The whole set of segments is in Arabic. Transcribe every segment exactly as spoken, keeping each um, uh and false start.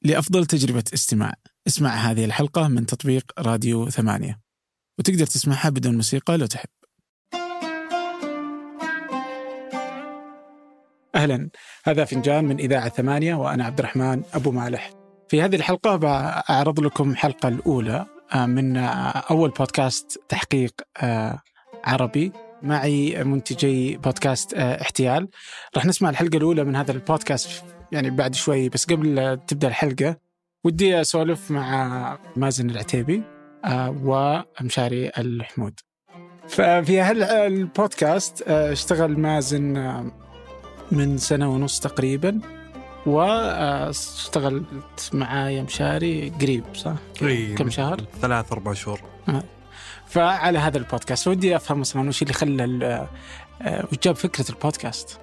لأفضل تجربة استماع. اسمع هذه الحلقة من تطبيق راديو ثمانية، وتقدر تسمعها بدون موسيقى لو تحب. أهلا، هذا فنجان من إذاعة ثمانية وأنا عبد الرحمن أبو مالح. في هذه الحلقة بأعرض لكم الحلقة الأولى من أول بودكاست تحقيق عربي معي منتجي بودكاست احتيال. رح نسمع الحلقة الأولى من هذا البودكاست يعني بعد شوي، بس قبل تبدأ الحلقة ودي أسولف مع مازن العتيبي ومشاري الحمود. ففي هذا البودكاست اشتغل مازن من سنة ونص تقريبا، واشتغلت معايا مشاري قريب صح؟ كم شهر؟ ثلاث أربع شهور. فعلى هذا البودكاست ودي أفهم أصلاً وش اللي خلى وجاب فكرة البودكاست.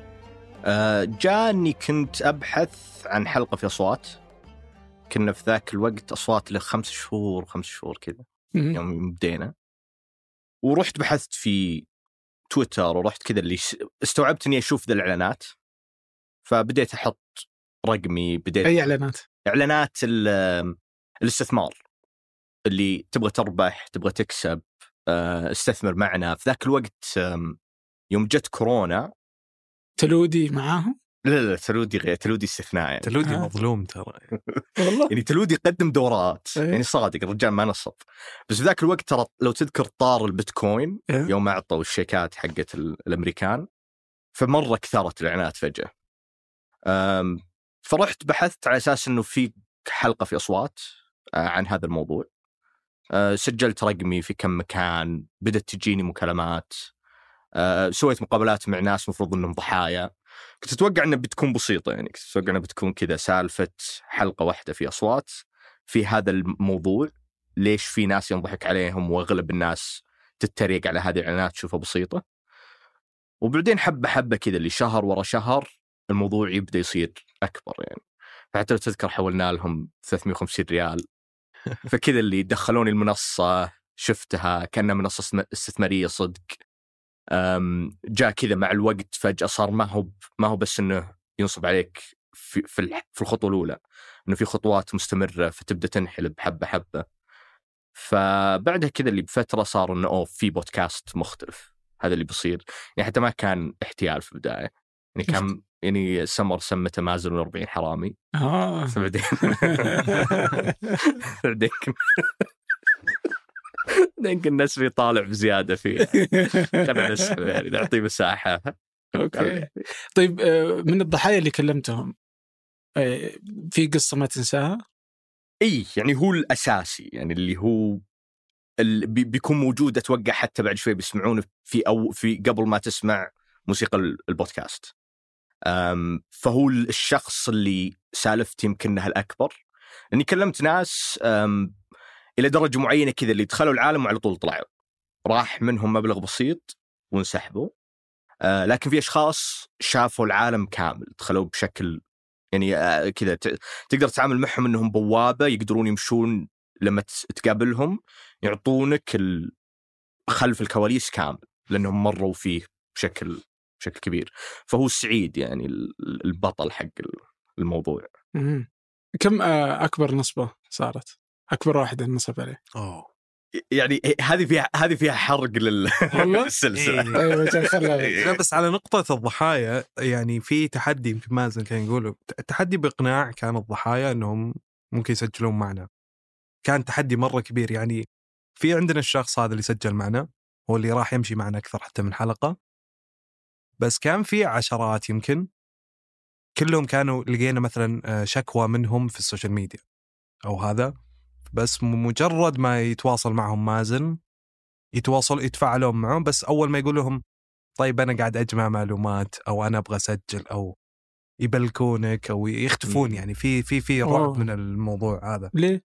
جاني كنت أبحث عن حلقة في أصوات، كنا في ذاك الوقت أصوات لخمس شهور خمس شهور كذا يوم بدينا، ورحت بحثت في تويتر ورحت كذا اللي استوعبت إني أشوف ذا الإعلانات، فبديت أحط رقمي. بديت أي إعلانات؟ إعلانات الاستثمار اللي تبغى تربح تبغى تكسب، استثمر معنا. في ذاك الوقت يوم جت كورونا. تلودي معاهم؟ لا لا تلودي غير تلودي استثناء يعني. تلودي آه. مظلوم ترى والله يعني تلودي يقدم دورات يعني صادق الرجال ما نصب. بس في ذاك الوقت ترى لو تذكر طار البيتكوين يوم أعطوا الشيكات حقت الأمريكان، فمرة كثرت الإعلانات فجأة. فرحت بحثت على أساس إنه في حلقة في أصوات عن هذا الموضوع. سجلت رقمي في كم مكان، بدأت تجيني مكالمات، سويت مقابلات مع ناس مفروض إنهم ضحايا. كنت أتوقع أنها بتكون بسيطة، يعني كنت أتوقع أنها بتكون كذا سالفة حلقة واحدة في أصوات في هذا الموضوع، ليش في ناس ينضحك عليهم وأغلب الناس تتريق على هذه الإعلانات تشوفها بسيطة. وبعدين حبة حبة كذا اللي شهر ورا شهر الموضوع يبدأ يصير أكبر يعني. فحتى لو تذكر حولنا لهم ثلاثمية وخمسين ريال، فكذا اللي دخلوني المنصة شفتها كأنها منصة استثمارية صدق. جاء كذا مع الوقت فجأة صار ما هو ما هو بس إنه ينصب عليك في في في الخطوة الأولى، إنه في خطوات مستمرة فتبدأ تنحلب حبة حبة. فبعدها كذا اللي بفترة صار إنه أوه في بودكاست مختلف. هذا اللي بيصير يعني حتى ما كان احتيال في البداية، يعني كان يعني سمر سمته مازن وأربعين حرامي. آه فبعدين بعدين بعدين الناس بيطالع بزيادة فيه، خلنا نسحب يعني نعطي مساحة. أوكي. طيب من الضحايا اللي كلمتهم في قصة ما تنساها؟ إيه يعني هو الأساسي، يعني اللي هو اللي بيكون موجود أتوقع حتى بعد شوي بيسمعونه في أو في قبل ما تسمع موسيقى البودكاست. فهو الشخص اللي سالفتي يمكنها الأكبر، إني كلمت ناس إلى درجة معينة كذا اللي دخلوا العالم وعلى طول طلعوا، راح منهم مبلغ بسيط وانسحبوا. آه لكن في أشخاص شافوا العالم كامل، دخلوا بشكل يعني آه كذا تقدر تتعامل معهم إنهم بوابة يقدرون يمشون لما تقابلهم يعطونك خلف الكواليس كامل، لأنهم مروا فيه بشكل بشكل كبير. فهو السعيد يعني البطل حق الموضوع. كم أكبر نصبة صارت؟ أكبر واحدة نصب عليه؟ أوه يعني هذه فيها هذه فيها حرق للسلسلة. لا بس على نقطة الضحايا، يعني في تحدي يمكن مازن كان يقوله، التحدي بإقناع كان الضحايا أنهم ممكن يسجلون معنا. كان تحدي مرة كبير. يعني في عندنا الشخص هذا اللي سجل معنا هو اللي راح يمشي معنا أكثر حتى من حلقة، بس كان في عشرات يمكن كلهم كانوا لقينا مثلا شكوى منهم في السوشيال ميديا أو هذا، بس مجرد ما يتواصل معهم مازن يتواصل يتفاعلون معهم، بس أول ما يقول لهم طيب أنا قاعد أجمع معلومات أو أنا أبغى أسجل أو يبلكونك أو يختفون. يعني في في في رعب من الموضوع هذا. ليه؟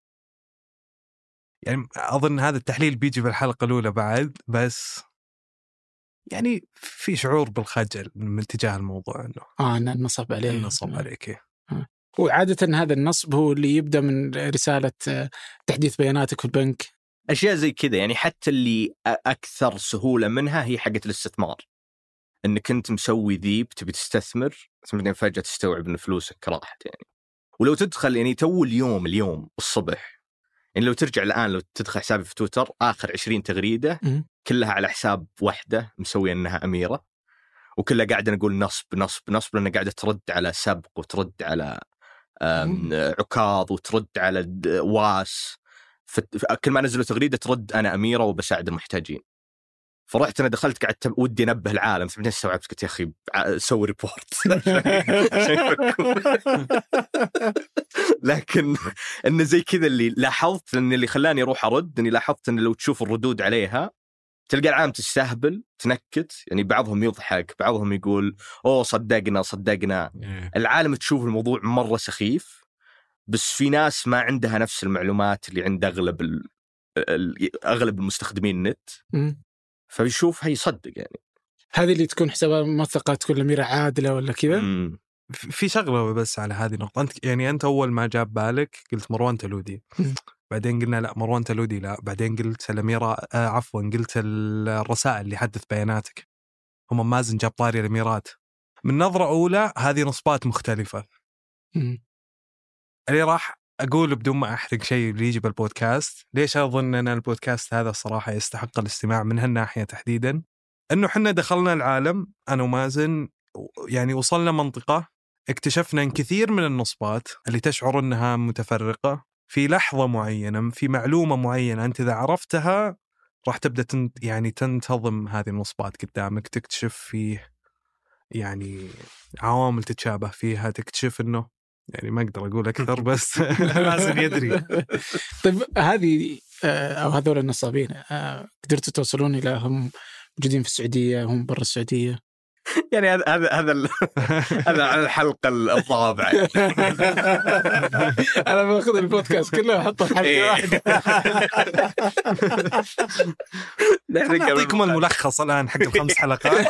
يعني أظن هذا التحليل بيجي في الحلقة الأولى بعد، بس يعني في شعور بالخجل من تجاه الموضوع إنه آه نصب عليه نصب عليك. آه. وعادة هذا النصب هو اللي يبدأ من رسالة تحديث بياناتك في البنك، أشياء زي كذا. يعني حتى اللي أكثر سهولة منها هي حقة الاستثمار، إنك أنت مسوي ذيب تبي تستثمر ثم فجأة تستوعب إن فلوسك راحت يعني. ولو تدخل يعني تو اليوم اليوم الصبح، يعني لو ترجع الآن لو تدخل حسابي في تويتر آخر عشرين تغريدة م. كلها على حساب واحدة مسوية أنها أميرة، وكلها قاعدة نقول نصب نصب نصب، لأنها قاعدة ترد على سبق وترد على عكاظ وترد على واس. كل ما نزلوا تغريدة ترد أنا أميرة وبساعد المحتاجين. فرحت أنا دخلت قعدت ودي نبه العالم، بعدين استوعبت قلت يا أخي سوي ريبورت. لكن إنه زي كذا اللي لاحظت، إن اللي خلاني أروح أرد إني لاحظت إن لو تشوف الردود عليها تلقى العالم تستهبل تنكت، يعني بعضهم يضحك بعضهم يقول أوه صدقنا صدقنا. العالم تشوف الموضوع مرة سخيف، بس في ناس ما عندها نفس المعلومات اللي عند أغلب ال... أغلب المستخدمين النت، فبيشوفها يصدق. يعني هذه اللي تكون حسابها موثقة تكون الأميرة عادلة ولا كذا. في شغلة بس على هذه النقطة، أنت يعني أنت أول ما جاب بالك قلت مروان تلودي، بعدين قلنا لا مروان تلودي لا، بعدين قلت الأميرة آه عفوا قلت الرسائل اللي حدث بياناتك، هم مازن جاب طاري الأميرات. من نظرة أولى هذه نصبات مختلفة. اللي راح أقول بدون ما أحرق شيء اللي يجي بالبودكاست، ليش أظن أن البودكاست هذا الصراحة يستحق الاستماع من هالناحية تحديدا، أنه حنا دخلنا العالم أنا ومازن، يعني وصلنا منطقة اكتشفنا أن كثير من النصبات اللي تشعر أنها متفرقة في لحظة معينة في معلومة معينة أنت إذا عرفتها راح تبدأ تنت يعني تنتظم هذه النصبات قدامك، تكتشف فيه يعني عوامل تتشابه فيها، تكتشف أنه يعني ما أقدر أقول أكثر بس لازم يدري. طيب هذه أو هذول النصابين قدرتوا توصلون إلى هم موجودين في السعودية هم برا السعودية؟ يعني هذا هذا هذا هذا على الحلقة الرابعة. أنا باخذ البودكاست كله أحطه في حلقة واحدة. نعطيكم الملخص الآن حق الخمس حلقات.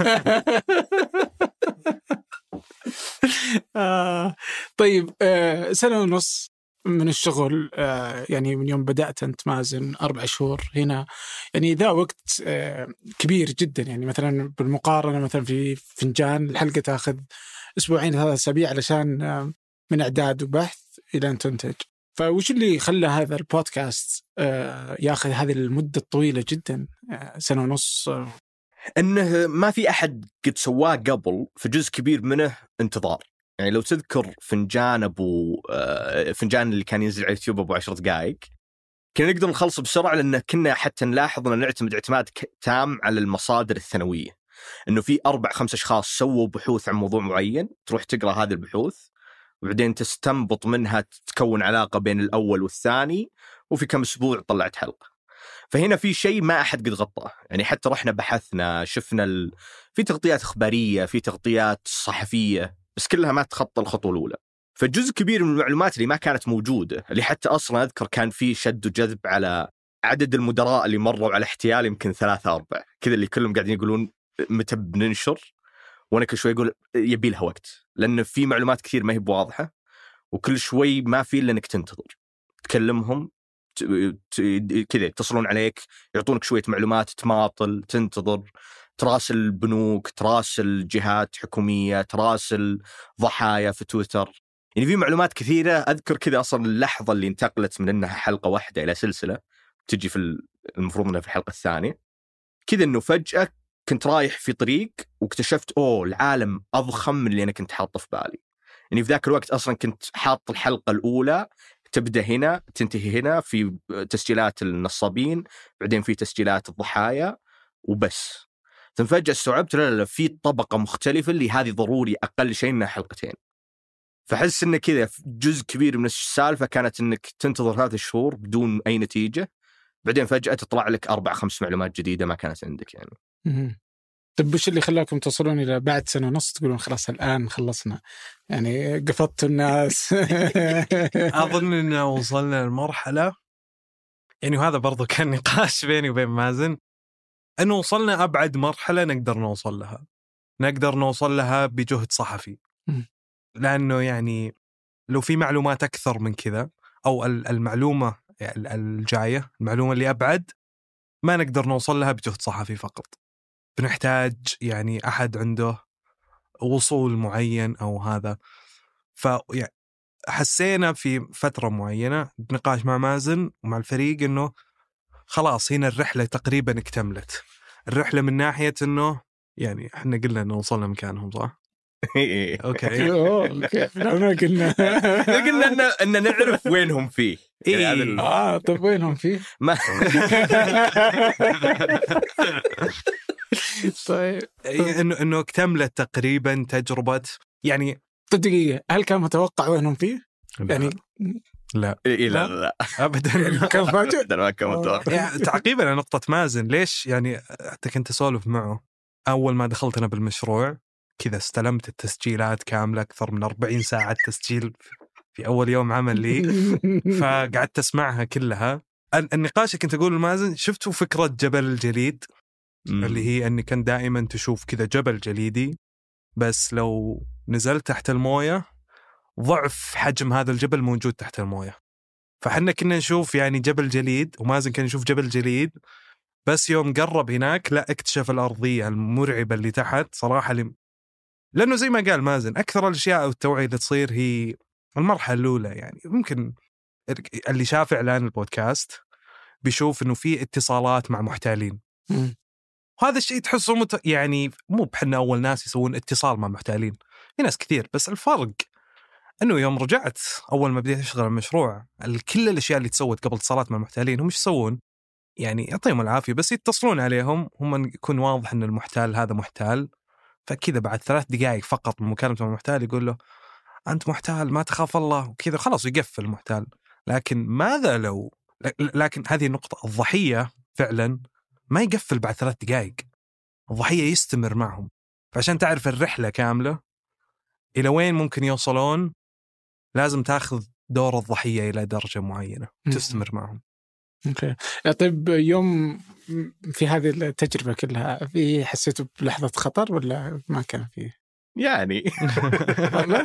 آه طيب آه سنة ونص من الشغل، آه يعني من يوم بدأت أنت مازن أربع شهور هنا، يعني ذا وقت آه كبير جدا. يعني مثلا بالمقارنة مثلا في فنجان الحلقة تأخذ أسبوعين ثلاثة أسابيع علشان آه من إعداد وبحث إلى أن تنتج. فوش اللي خلى هذا البودكاست آه يأخذ هذه المدة الطويلة جدا آه سنة ونص؟ آه أنه ما في أحد قد سواه قبل، في جزء كبير منه انتظار. يعني لو تذكر فنجان أبو فنجان اللي كان ينزل على اليوتيوب أبو عشر دقائق، كنا نقدر نخلص بسرعة، لأنه كنا حتى نلاحظ أن نعتمد اعتماد تام على المصادر الثانوية، أنه في أربع خمس أشخاص سووا بحوث عن موضوع معين، تروح تقرأ هذه البحوث وبعدين تستنبط منها تكون علاقة بين الأول والثاني، وفي كم أسبوع طلعت حلقة. فهنا في شيء ما أحد قد غطاه. يعني حتى رحنا بحثنا شفنا ال... في تغطيات إخبارية في تغطيات صحفية، بس كلها ما تخطى الخطوة الأولى. فجزء كبير من المعلومات اللي ما كانت موجودة، اللي حتى أصلا أذكر كان في شد وجذب على عدد المدراء اللي مروا على احتيال يمكن ثلاثة أربعة كذا، اللي كلهم قاعدين يقولون متى بننشر، وأنا كل شوي أقول يبي لها وقت، لأن في معلومات كثير ما هي بواضحة، وكل شوي ما في إلا إنك تنتظر تكلمهم كذا يتصلون عليك يعطونك شوية معلومات، تماطل تنتظر، تراسل البنوك، تراسل جهات حكومية، تراسل ضحايا في تويتر. يعني في معلومات كثيرة. أذكر كذا أصلا اللحظة اللي انتقلت من أنها حلقة واحدة إلى سلسلة تجي في المفروض أنها في الحلقة الثانية، كذا أنه فجأة كنت رايح في طريق واكتشفت أوه العالم أضخم من اللي أنا كنت حاطه في بالي. يعني في ذاك الوقت أصلا كنت حاط الحلقة الأولى تبدأ هنا تنتهي هنا في تسجيلات النصابين، بعدين في تسجيلات الضحايا وبس. ثم فجأة استوعبت لا لا في طبقة مختلفة اللي هذه ضروري أقل شيء إنها حلقتين. فحس إن كذا جزء كبير من السالفة كانت إنك تنتظر ثلاث شهور بدون أي نتيجة، بعدين فجأة تطلع لك أربع خمس معلومات جديدة ما كانت عندك. يعني طيب وش اللي خلاكم تصلون إلى بعد سنة ونص تقولون خلاص الآن خلصنا، يعني قفطت الناس؟ أظن إننا وصلنا لمرحلة، يعني وهذا برضو كان نقاش بيني وبين مازن، أنه وصلنا أبعد مرحلة نقدر نوصل لها، نقدر نوصل لها بجهد صحفي. لأنه يعني لو في معلومات أكثر من كذا أو المعلومة الجاية المعلومة اللي أبعد ما نقدر نوصل لها بجهد صحفي فقط، بنحتاج يعني أحد عنده وصول معين أو هذا. ف حسينا في فترة معينة بنقاش مع مازن ومع الفريق إنه خلاص هنا الرحلة تقريبا اكتملت. الرحلة من ناحية إنه يعني إحنا قلنا إنه وصلنا مكانهم صح؟ أوكي. اوكي ما قلنا قلنا إن إن نعرف وينهم فيه. يعني هذا ال- اه طيب وينهم فيه؟ ما طيب إنه إنه اكتملت تقريبا تجربة يعني. طيب دقيقة، هل كان متوقع وينهم فيه؟ يعني لا إيه لا لا أبدا. كان فاجئ؟ ده ما كان متوقع. يعني تعقيبا على نقطة مازن، ليش يعني حتى كنت أسولف معه أول ما دخلت أنا بالمشروع كذا استلمت التسجيلات كاملة أكثر من أربعين ساعة تسجيل في أول يوم عمل لي، فقعدت أسمعها كلها. النقاش كنت أقول لمازن شفتوا فكرة جبل الجليد اللي هي أني كان دائما تشوف كذا جبل جليدي، بس لو نزلت تحت الموية ضعف حجم هذا الجبل موجود تحت الموية. فحنا كنا نشوف يعني جبل جليد ومازن كان يشوف جبل جليد، بس يوم قرب هناك لا اكتشف الأرضية المرعبة اللي تحت صراحة. اللي... لأنه زي ما قال مازن أكثر الأشياء أو التوعية اللي تصير هي المرحلة الأولى. يعني ممكن اللي شاف إعلان البودكاست بيشوف إنه في اتصالات مع محتالين، وهذا الشيء تحسه مت... يعني مو بحنا أول ناس يسوون اتصال مع محتالين، في ناس كثير. بس الفرق أنه يوم رجعت أول ما بديت أشتغل المشروع كل الأشياء اللي تسوت قبل اتصالات مع المحتالين هم إيش يسوون؟ يعني يعطيهم العافية بس يتصلون عليهم هم يكون واضح أن المحتال هذا محتال، فكذا بعد ثلاث دقائق فقط من مكالمة مع المحتال يقول له أنت محتال ما تخاف الله وكذا، خلاص يقفل المحتال. لكن ماذا لو لكن هذه النقطة، الضحية فعلا ما يقفل بعد ثلاث دقائق، الضحية يستمر معهم. فعشان تعرف الرحلة كاملة إلى وين ممكن يوصلون لازم تاخذ دور الضحية إلى درجة معينة تستمر معهم. اوكي. طيب يوم في هذه التجربة كلها في حسيتوا بلحظة خطر ولا ما كان فيه؟ يعني يعني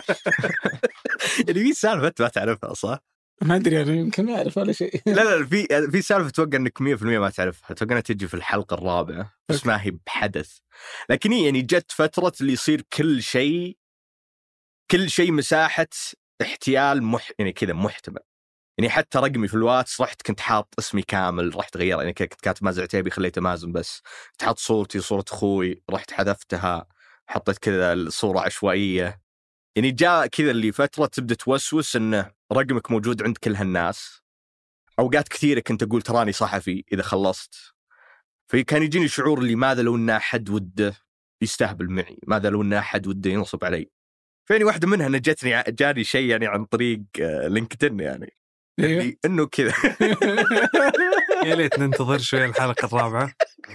في سالفة ما تعرفها صح؟ ما أدري أنا يمكن ما أعرف ولا شيء. لا لا في في سالفة أتوقع إنك مية في المية ما تعرفها، أتوقع إنها تجي في الحلقة الرابعة بس ما هي بحدث. لكن هي يعني جت فترة اللي يصير كل شيء كل شيء مساحة احتيال مح يعني كذا محتمل. يعني حتى رقمي في الواتس رحت كنت حاط اسمي كامل رحت غير، يعني كنت كاتب مازن عتيبي خليته مازن بس، كنت حاط صورتي صورة أخوي رحت حذفتها، حطيت كذا الصورة عشوائية. يعني جاء كذا اللي فترة تبدأ توسوس إنه رقمك موجود عند كل هالناس. أوقات كثيرة كنت أقول تراني صحفي إذا خلصت، فكان يجيني شعور اللي ماذا لو إن أحد وده يستهبل معي، ماذا لو إن أحد وده ينصب علي. فيعني واحدة منها نجتني جاني شيء يعني عن طريق لينكدين يعني يعني إنه كذا. يا ليت ننتظر شوي الحلقة الرابعة.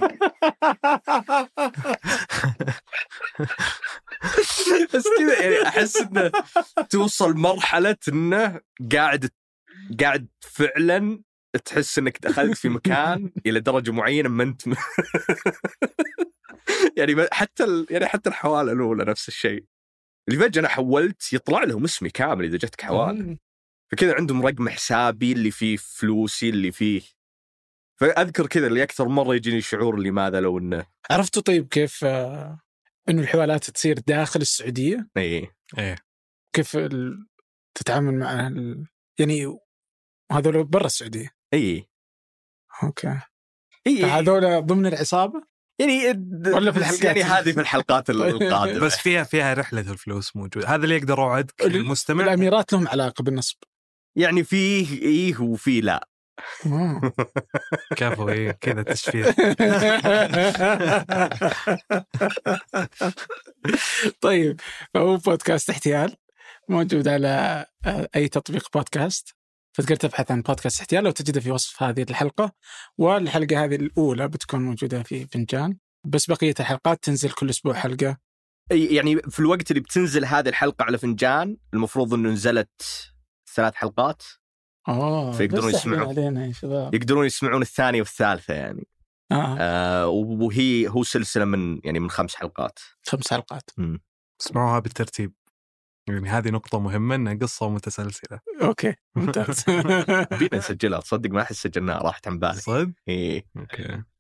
بس كذا يعني أحس إنه توصل مرحلة إنه قاعد قاعد فعلا تحس إنك دخلت في مكان إلى درجة معينة ما أنت يعني حتى ال... يعني حتى الحوالة الأولى نفس الشيء اللي فجأة أنا حولت يطلع لهم اسمي كامل إذا جتك حوالة، فكذا عندهم رقم حسابي اللي فيه فلوسي اللي فيه. فأذكر كذا اللي أكثر مرة يجيني شعور اللي ماذا لو إنه عرفتوا طيب كيف آه إنه الحوالات تصير داخل السعودية؟ إيه إيه كيف ال... تتعامل مع ال... يعني هذول برا السعودية؟ إيه أوكي. إيه هذول ضمن العصابة؟ يعني ولا في الحلقات يعني هذه في الحلقات القادمة بس فيها فيها رحلة الفلوس موجود. هذا اللي يقدر أوعدك المستمع. الأميرات لهم علاقة بالنصب يعني فيه إيه وفيه لا. كفو إيه كذا تشفير. طيب فهو بودكاست احتيال موجود على أي تطبيق بودكاست، فتقدر تبحث عن بودكاست احتيال وتجده في وصف هذه الحلقة. والحلقة هذه الأولى بتكون موجودة في فنجان، بس بقية الحلقات تنزل كل أسبوع حلقة. يعني في الوقت اللي بتنزل هذه الحلقة على فنجان المفروض إنه نزلت ثلاث حلقات. آه فيقدرون يسمعون يقدرون يسمعون الثانية والثالثة يعني. آه. آه وهي هو سلسلة من يعني من خمس حلقات خمس حلقات اسمعوها بالترتيب، يعني هذه نقطة مهمة إنها قصة متسلسلة. أوكي ممتاز. بينا نسجلها، تصدق ما أحس سجلناها راحت عن بالي. صدق؟ إيه أوكي.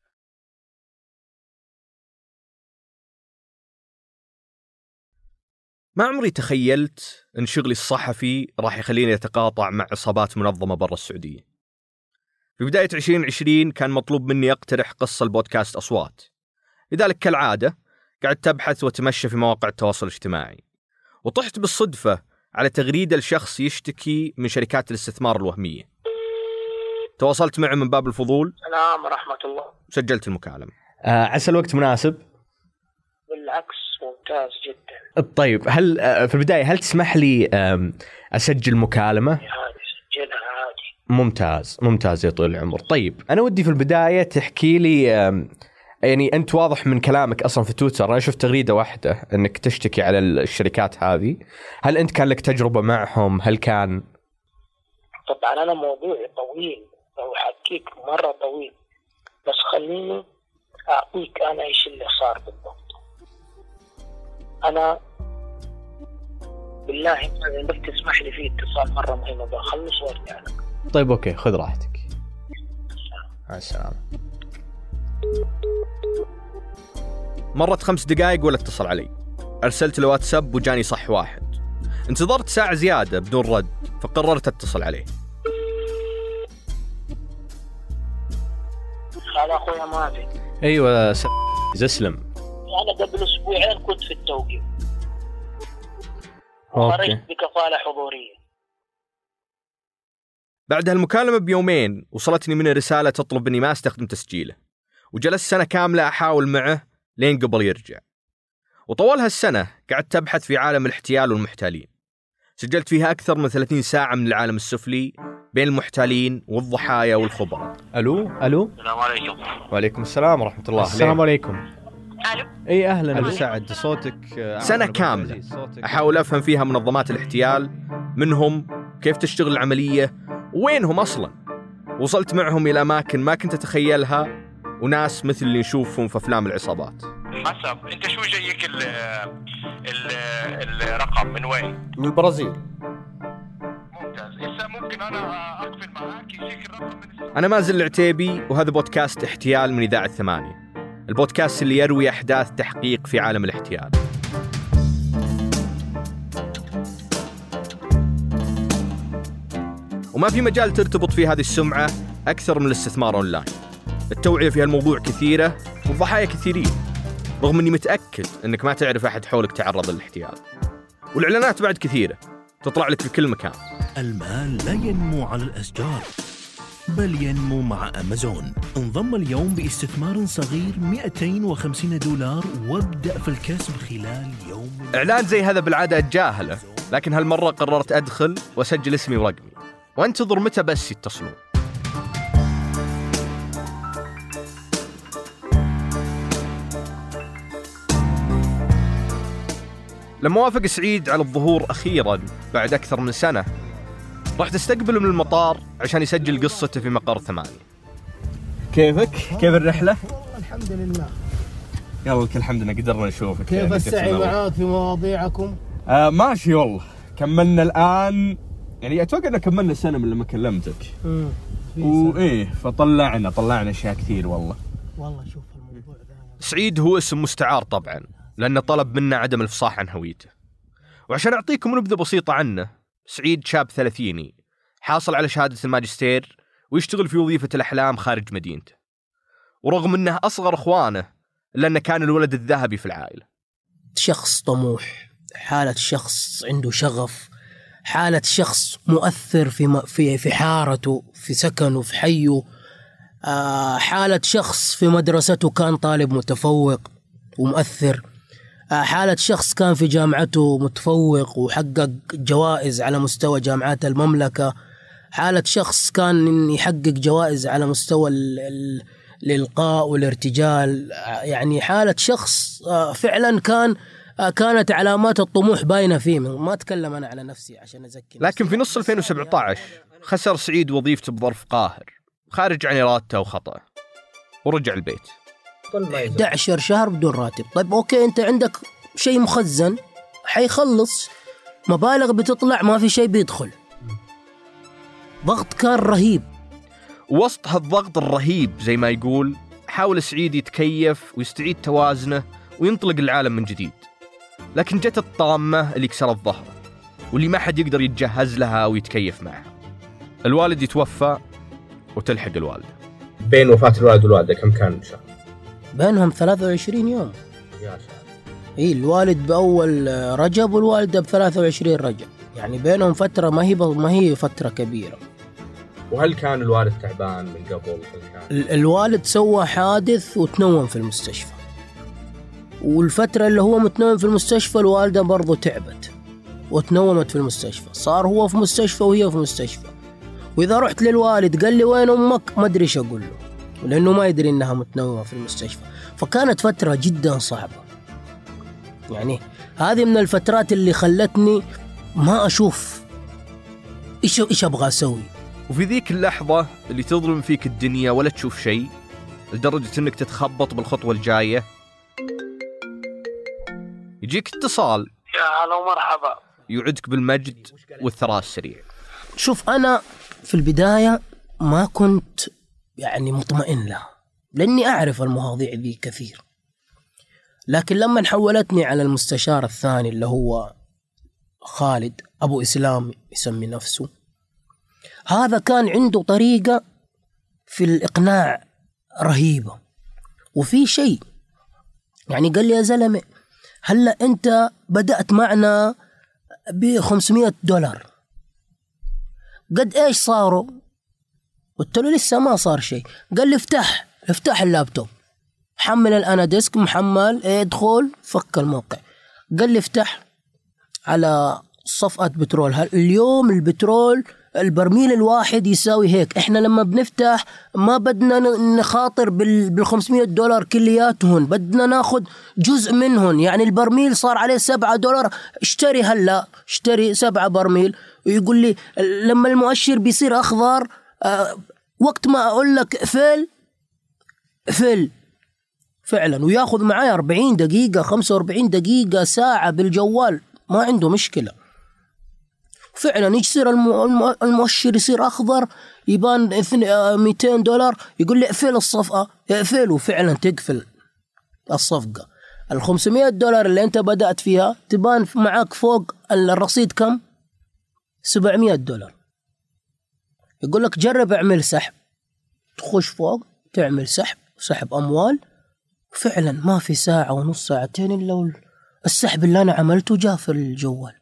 ما عمري تخيلت أن شغلي الصحفي راح يخليني أتقاطع مع عصابات منظمة برا السعودية. في بداية عشرين عشرين كان مطلوب مني أقترح قصة البودكاست أصوات، لذلك كالعادة قعدت أبحث وأتمشى في مواقع التواصل الاجتماعي، وطحت بالصدفة على تغريدة لشخص يشتكي من شركات الاستثمار الوهمية. تواصلت معه من باب الفضول. السلام ورحمة الله. سجلت المكالمة. آه عسى الوقت مناسب؟ بالعكس ممتاز جدا. طيب هل آه في البداية هل تسمح لي آه أسجل مكالمة؟ عادي سجلها عادي. ممتاز ممتاز يا طويل العمر. طيب أنا ودي في البداية تحكي لي آه يعني أنت واضح من كلامك أصلا في تويتر، أنا شفت تغريدة واحدة أنك تشتكي على الشركات هذه. هل أنت كان لك تجربة معهم؟ هل كان؟ طبعا أنا موضوعي طويل وحكيك مرة طويل، بس خليني أعطيك أنا إيش اللي صار بالضبط. أنا بالله إذا بدك تسمح لي في اتصال مرة مهم بخلص وارجع لك. طيب أوكي خذ راحتك. مع السلامة. مرت خمس دقائق ولا اتصل علي. أرسلت له واتساب وجاني صح واحد. انتظرت ساعة زيادة بدون رد، فقررت اتصل عليه. هذا أخويا مازن. أيوة س... زسلم. أنا قبل أسبوعين كنت في التوقيف وخرجت بكفالة حضورية. بعد هالمكالمة بيومين وصلتني منه رسالة تطلب مني ما استخدم تسجيله، وجلست سنة كاملة أحاول معه لين قبل يرجع. وطول هالسنة قعدت أبحث في عالم الاحتيال والمحتالين، سجلت فيها أكثر من ثلاثين ساعة من العالم السفلي بين المحتالين والضحايا والخبراء. ألو ألو. السلام عليكم. وعليكم السلام ورحمة الله. السلام عليكم. ألو. أي أهلا. ألو سعد صوتك. سنة كاملة أحاول أفهم فيها منظمات الاحتيال، منهم، كيف تشتغل العملية، وينهم أصلا. وصلت معهم إلى أماكن ما كنت أتخيلها، وناس مثل اللي نشوفهم في أفلام العصابات. حسب أنت شو جايك ال ال الرقم من وين؟ من البرازيل. ممتاز. إذا ممكن أنا أقفل معاك يجيك الرقم من. أنا مازن العتيبي وهذا بودكاست احتيال من إذاعة ثمانية، البودكاست اللي يروي أحداث تحقيق في عالم الاحتيال. وما في مجال ترتبط في هذه السمعة أكثر من الاستثمار أونلاين. التوعية في هالموضوع كثيرة والضحايا كثيرين، رغم أني متأكد أنك ما تعرف أحد حولك تعرض للاحتيال. والإعلانات بعد كثيرة تطلع لك في كل مكان. المال لا ينمو على الأشجار بل ينمو مع أمازون. انضم اليوم باستثمار صغير مئتين وخمسين دولار وابدأ في الكسب خلال يوم. إعلان زي هذا بالعادة أتجاهله، لكن هالمرة قررت أدخل وأسجل اسمي ورقمي وانتظر متى بس يتصلون. لما وافق سعيد على الظهور أخيراً بعد أكثر من سنة، رحت استقبله من المطار عشان يسجل قصته في مقر ثمانية. كيفك؟ كيف الرحلة؟ والله الحمد لله. يلا لك الحمد لله قدرنا نشوفك. كيف السعي معاك في مواضيعكم؟ آه ماشي والله، كملنا الآن، يعني أتوقع أن كملنا سنة من لما كلمتك. امم وإيه فطلعنا طلعنا أشياء كثير والله. والله شوف الموضوع ذا. سعيد هو اسم مستعار طبعاً، لأنه طلب منا عدم الإفصاح عن هويته. وعشان أعطيكم نبذة بسيطة عنه، سعيد شاب ثلاثيني حاصل على شهادة الماجستير ويشتغل في وظيفة الأحلام خارج مدينته. ورغم أنه أصغر أخوانه إلا أنه كان الولد الذهبي في العائلة. شخص طموح، حالة شخص عنده شغف، حالة شخص مؤثر في في في حارته، في سكنه، في حيه. آه حالة شخص في مدرسته كان طالب متفوق ومؤثر. آه حالة شخص كان في جامعته متفوق وحقق جوائز على مستوى جامعات المملكة. حالة شخص كان يحقق جوائز على مستوى الإلقاء والارتجال. يعني حالة شخص آه فعلا كان كانت علامات الطموح باينة فيه. ما أتكلم أنا على نفسي عشان أزكي. لكن في نص ألفين وسبعة عشر خسر سعيد وظيفته بظرف قاهر خارج عن إرادته وخطأه، ورجع البيت. أحد عشر شهر بدون راتب. طيب أوكي، أنت عندك شيء مخزن حيخلص، مبالغ بتطلع، ما في شيء بيدخل. ضغط كان رهيب. وسط هالضغط الرهيب زي ما يقول، حاول سعيد يتكيف ويستعيد توازنه وينطلق العالم من جديد. لكن جت الطامة اللي كسرت ظهره واللي ما حد يقدر يتجهز لها ويتكيف معها. الوالد يتوفى وتلحق الوالدة. بين وفاة الوالد والوالدة كم كان شهر؟ بينهم ثلاثة وعشرين يوم. يا شهر. إيه الوالد بأول رجب والوالدة بثلاثة وعشرين رجب، يعني بينهم فترة ما هي ما هي فترة كبيرة. وهل كان الوالد تعبان من قبل؟ كان؟ الوالد سوى حادث وتنوم في المستشفى، والفترة اللي هو متنوم في المستشفى الوالدة برضو تعبت وتنومت في المستشفى، صار هو في مستشفى وهي في مستشفى. وإذا رحت للوالد قال لي وين أمك ما أدري إيش أقول له، لأنه ما يدري إنها متنومة في المستشفى. فكانت فترة جدا صعبة، يعني هذه من الفترات اللي خلتني ما أشوف إيش إيش أبغى أسوي. وفي ذيك اللحظة اللي تظلم فيك الدنيا ولا تشوف شيء، لدرجة إنك تتخبط بالخطوة الجاية، يجيك اتصال يا هلا ومرحبا يوعدك بالمجد والثراء السريع. شوف أنا في البداية ما كنت يعني مطمئن له، لأني أعرف المواضيع ذي كثير، لكن لما حولتني على المستشار الثاني اللي هو خالد أبو إسلام يسمي نفسه، هذا كان عنده طريقة في الإقناع رهيبة. وفي شيء يعني قال لي يا زلمة هلأ أنت بدأت معنا بخمسمائة دولار، قد إيش صاروا؟ قلت له لسه ما صار شيء. قال لي افتح افتح اللابتوب، حمل الأناديسك محمل، ادخل فك الموقع. قال لي افتح على صفقة بترول. اليوم البترول البرميل الواحد يساوي هيك، احنا لما بنفتح ما بدنا نخاطر بالخمسمائة دولار كلياتهم، بدنا ناخد جزء منهم، يعني البرميل صار عليه سبعة دولار، اشتري هلا اشتري سبعة برميل. ويقول لي لما المؤشر بيصير أخضر اه وقت ما أقول لك فل فل فعلا، وياخذ معايا أربعين دقيقة خمسة وأربعين دقيقة ساعة بالجوال، ما عنده مشكلة. فعلا يصير المؤشر يصير أخضر يبان مئتين دولار، يقول لي اقفل الصفقة، اقفل، وفعلا تقفل الصفقة. الخمسمائة دولار اللي انت بدأت فيها تبان معاك فوق الرصيد كم؟ سبعمائة دولار. يقول لك جرب اعمل سحب، تخش فوق تعمل سحب سحب أموال، فعلا ما في ساعة ونص ساعتين إلا السحب اللي أنا عملته جاء في الجوال.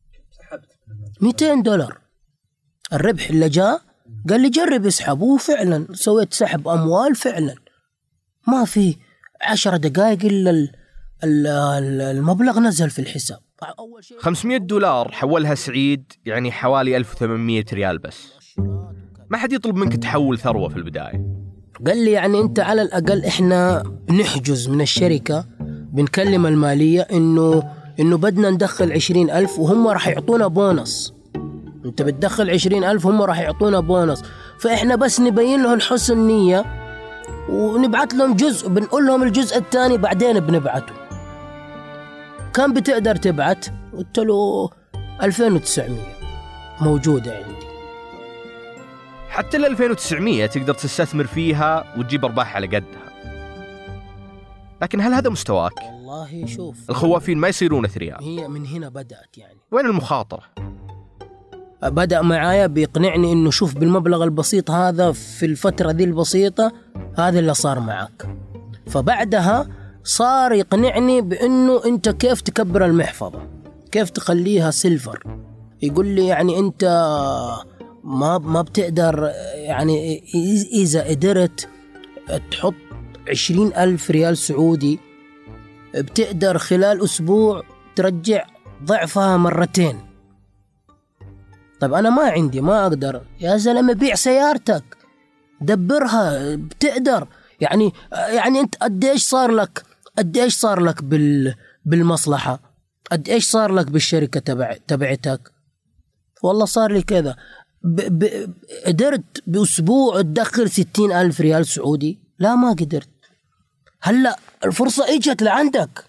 مئتين دولار الربح اللي جاء. قال لي جرب اسحب، وفعلا سويت سحب أموال، فعلا ما في عشر دقائق إلا المبلغ نزل في الحساب. خمسمائة دولار حولها سعيد يعني حوالي ألف وثمانمائة ريال بس. ما حد يطلب منك تحول ثروة في البداية. قال لي يعني أنت على الأقل إحنا نحجز من الشركة، بنكلم المالية إنه إنه بدنا ندخل عشرين ألف وهم راح يعطونا بونص. أنت بتدخل عشرين ألف هم راح يعطونا بونص، فإحنا بس نبين لهم حسن نية ونبعث لهم جزء، بنقول لهم الجزء الثاني بعدين بنبعته. كم بتقدر تبعت؟ قلت له ألفين وتسعمائة موجودة عندي. حتى ال ألفين وتسعمائة تقدر تستثمر فيها وتجيب أرباح على قدها. لكن هل هذا مستواك؟ والله شوف، الخوافين ما يصيرون أثرياء. هي من هنا بدأت يعني. وين المخاطرة؟ بدأ معايا بيقنعني إنه شوف بالمبلغ البسيط هذا في الفترة ذي البسيطة هذا اللي صار معك. فبعدها صار يقنعني بإنه أنت كيف تكبر المحفظة، كيف تخليها سيلفر. يقول لي يعني أنت ما ما بتقدر، يعني إذا قدرت تحط عشرين ألف ريال سعودي بتقدر خلال أسبوع ترجع ضعفها مرتين. طيب أنا ما عندي، ما أقدر. يا زلمة بيع سيارتك دبرها، بتقدر. يعني يعني أنت قد إيش صار لك قد إيش صار لك بال بالمصلحة، قد إيش صار لك بالشركة تبع تبعتك. والله صار لي كذا، ب... ب... قدرت بأسبوع تدخل ستين ألف ريال سعودي. لا ما قدرت. هلأ الفرصة إجت لعندك.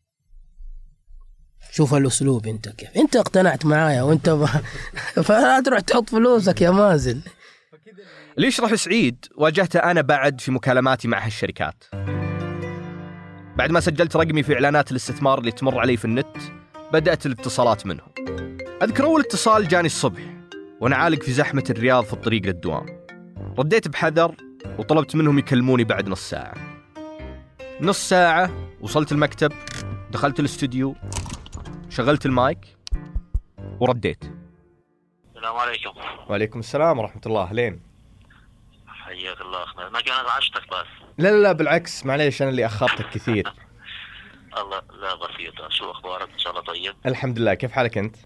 شوف الأسلوب أنت كيف أنت اقتنعت معايا وأنت ب... فلا تروح تحط فلوسك يا مازل. اللي يشرح سعيد واجهته أنا بعد في مكالماتي مع هالشركات. بعد ما سجلت رقمي في إعلانات الاستثمار اللي تمر علي في النت بدأت الاتصالات منهم. أذكر أول اتصال جاني الصبح وأنا عالق في زحمة الرياض في الطريق للدوام. رديت بحذر وطلبت منهم يكلموني بعد نص ساعة. نص ساعة وصلت المكتب، دخلت الاستوديو، شغلت المايك ورديت. السلام عليكم. وعليكم السلام ورحمة الله. لين حياك الله أخنا، ما كان ازعجتك بس. لا لا لا بالعكس، معليش أنا اللي أخرتك كثير. الله لا بسيطة. شو أخبارك؟ إن شاء الله طيب؟ الحمد لله. كيف حالك أنت؟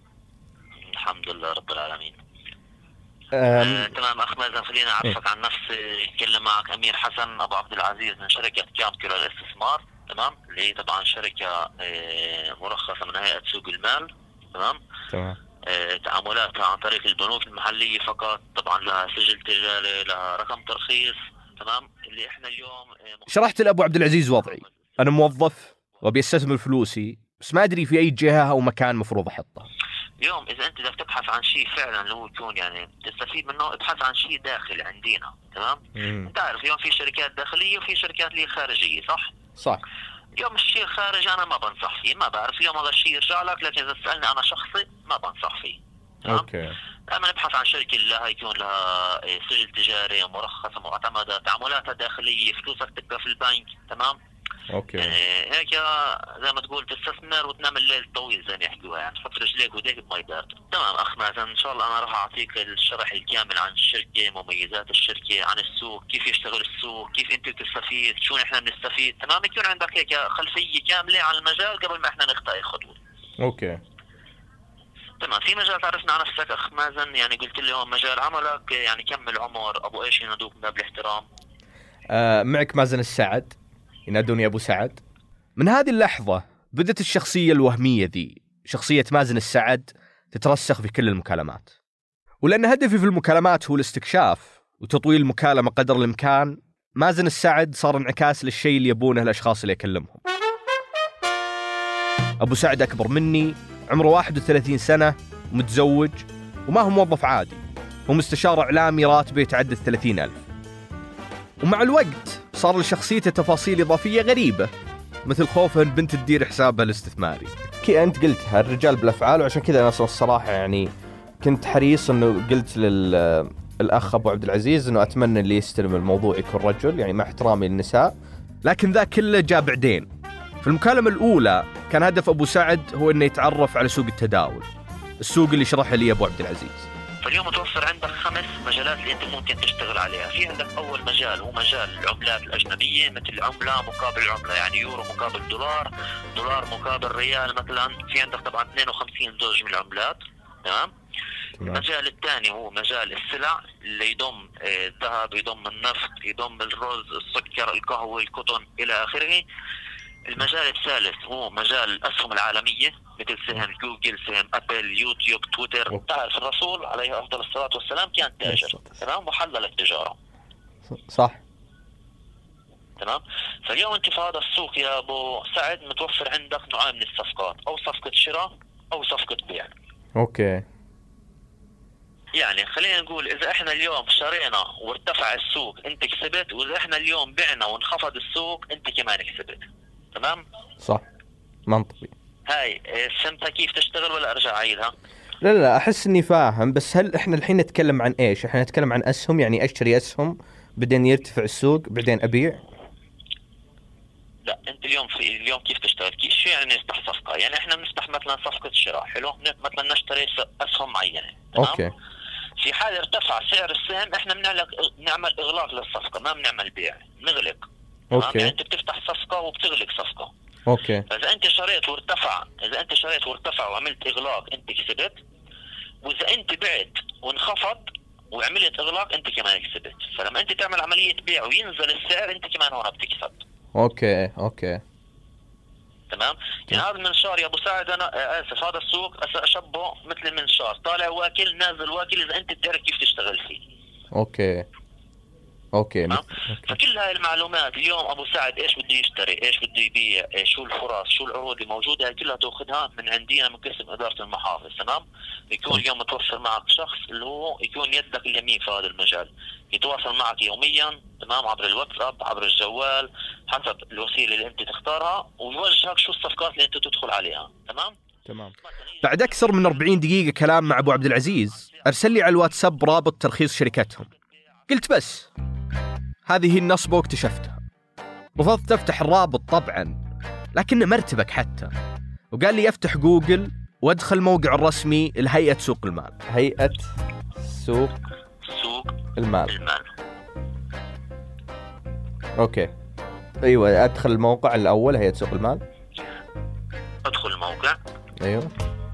الحمد لله رب العالمين. أم... آه، تمام أخ مازن، خليني أعرفك عن نفسي. يتكلم معك أمير حسن أبو عبد العزيز من شركة كامكو للاستثمار. تمام، اللي هي طبعا شركة آه، مرخصة من هيئة سوق المال. تمام. تمام. آه، تعاملاتها عن طريق البنوك المحلية فقط. طبعا لها سجل تجاري، لها رقم ترخيص. تمام. اللي احنا اليوم آه، شرحت لأبو عبد العزيز وضعي. أنا موظف وأبي أستثمر فلوسي، بس ما أدري في أي جهة أو مكان مفروض أحطها. اليوم اذا انت بدك تبحث عن شيء فعلا اللي هو يكون يعني تستفيد منه، ابحث عن شيء داخلي عندنا. تمام. مم. انت عارف اليوم في شركات داخليه وفي شركات اللي خارجيه، صح؟ صح. اليوم الشيء الخارجي انا ما بنصح فيه، ما بعرف اليوم هذا الشيء يرجع لك، لكن اذا تسالني انا شخصي ما بنصح فيه. تمام. اوكي. دائما ابحث عن شركه لها يكون لها سجل تجاري مرخصه معتمده، تعاملاتها داخليه، فلوسك تبقى في البنك. تمام. اوكي. يعني هيك زي ما تقول تستثمر وتنام الليل طويل زي ما يحكوها، يعني تحط رجليك وديك بمي باردة. تمام اخ مازن، ان شاء الله انا راح اعطيك الشرح الكامل عن الشركه، مميزات الشركه، عن السوق، كيف يشتغل السوق، كيف انت بتستفيد، شو نحن بنستفيد. تمام، يكون عندك هيك خلفيه كامله عن المجال قبل ما احنا نخطئ خطوه. اوكي. تمام. في مجال تعرفنا عن نفسك اخ مازن، يعني قلت لي هون مجال عملك، يعني كم العمر، ابو ايش ينادوك من باب الاحترام؟ آه معك مازن السعد، ينادوني أبو سعد. من هذه اللحظة بدت الشخصية الوهمية ذي، شخصية مازن السعد، تترسخ في كل المكالمات. ولأن هدفي في المكالمات هو الاستكشاف وتطويل المكالمة قدر الإمكان، مازن السعد صار انعكاس للشيء اللي يبونه الأشخاص اللي أكلمهم. أبو سعد أكبر مني، عمره واحد وثلاثين سنة، ومتزوج، وما هو موظف عادي، هو مستشار إعلامي راتبه يتعدى ثلاثين ألف. ومع الوقت صار لشخصيته تفاصيل إضافية غريبة، مثل خوفه أن بنت تدير حسابها الاستثماري. كي أنت قلتها الرجال بالأفعال، وعشان كذا أنا الصراحة يعني كنت حريص أنه قلت للأخ أبو عبد العزيز أنه أتمنى اللي يستلم الموضوع يكون رجل، يعني مع احترامي للنساء. لكن ذا كله جاء بعدين. في المكالمة الأولى كان هدف أبو سعد هو أنه يتعرف على سوق التداول، السوق اللي شرحه لي أبو عبد العزيز. فاليوم متوفر عندك خمس مجالات اللي انت ممكن تشتغل عليها. في عندك اول مجال هو مجال العملات الاجنبيه، مثل عمله مقابل عمله، يعني يورو مقابل دولار، دولار مقابل ريال مثلا. في عندك طبعا اثنين وخمسين زوج من العملات. تمام. المجال الثاني هو مجال السلع اللي يضم الذهب، يضم النفط، يضم الرز، السكر، القهوه، القطن الى اخره. المجال الثالث هو مجال الأسهم العالمية، مثل سهم جوجل، سهم أبل، يوتيوب، تويتر. تعرف الرسول عليه أفضل الصلاة والسلام كان تاجر، تمام، وحلل التجارة. صح. تمام. فاليوم أنت في هذا السوق يا أبو سعد متوفر عندك نوعين من الصفقات، أو صفقة شراء أو صفقة بيع. أوكي. يعني خلينا نقول إذا إحنا اليوم شرينا وارتفع السوق أنت كسبت، وإذا إحنا اليوم بعنا وانخفض السوق أنت كمان كسبت. تمام؟ صح. منطقي. هاي فهمتها كيف تشتغل ولا أرجع أعيدها؟ لا لا أحس إني فاهم، بس هل إحنا الحين نتكلم عن إيش؟ إحنا نتكلم عن أسهم، يعني أشتري أسهم بعدين يرتفع السوق بعدين أبيع؟ لا، أنت اليوم في اليوم كيف تشتغل؟ كيف شو يعني نفتح صفقة؟ يعني إحنا بنفتح مثلا صفقة شراء، حلو؟ مثلا نشتري أسهم معينة. تمام؟ أوكي. في حال ارتفع سعر السهم إحنا بنعمل نعمل إغلاق للصفقة، ما بنعمل بيع، نغلق. أوكي. يعني أنت بتفتح صفقة وبتغلق صفقة. اوكي. فاذا انت شريت وارتفع اذا انت شريت وارتفع وعملت اغلاق انت كسبت، واذا انت بعت وانخفض وعملت اغلاق انت كمان كسبت. فلما انت تعمل عمليه بيع وينزل السعر انت كمان هون بتكسب. اوكي اوكي تمام. يعني هذا المنشار يا ابو سعد، انا اسف، هذا السوق اشبهه مثل المنشار، طالع واكل نازل واكل، اذا انت بتعرف كيف تشتغل فيه. اوكي اوكي. تمام. فكل هاي المعلومات اليوم ابو سعد ايش بده يشتري، ايش بده يبيع، إيش شو الفرص، شو العروض الموجوده، هاي كلها تاخذها من عندنا من قسم اداره المحافظ. تمام. يكون اليوم متوفر معك شخص اللي هو يكون يدك اليمين في هذا المجال، يتواصل معك يوميا تمام عبر الواتساب، عبر الجوال، حسب الوسيله اللي انت تختارها، ويوجهك شو الصفقات اللي انت تدخل عليها. تمام. تمام. بعد اكثر من أربعين دقيقه كلام مع ابو عبد العزيز، ارسل لي على الواتساب رابط ترخيص شركتهم. قلت بس هذه هي النصبه واكتشفتها. رفضت افتح الرابط طبعا، لكنه مرتبك حتى، وقال لي افتح جوجل وادخل موقع الرسمي لهيئه سوق المال. هيئه سوق سوق المال, المال. اوكي ايوه، ادخل الموقع الاول هيئه سوق المال. ادخل الموقع. ايوه.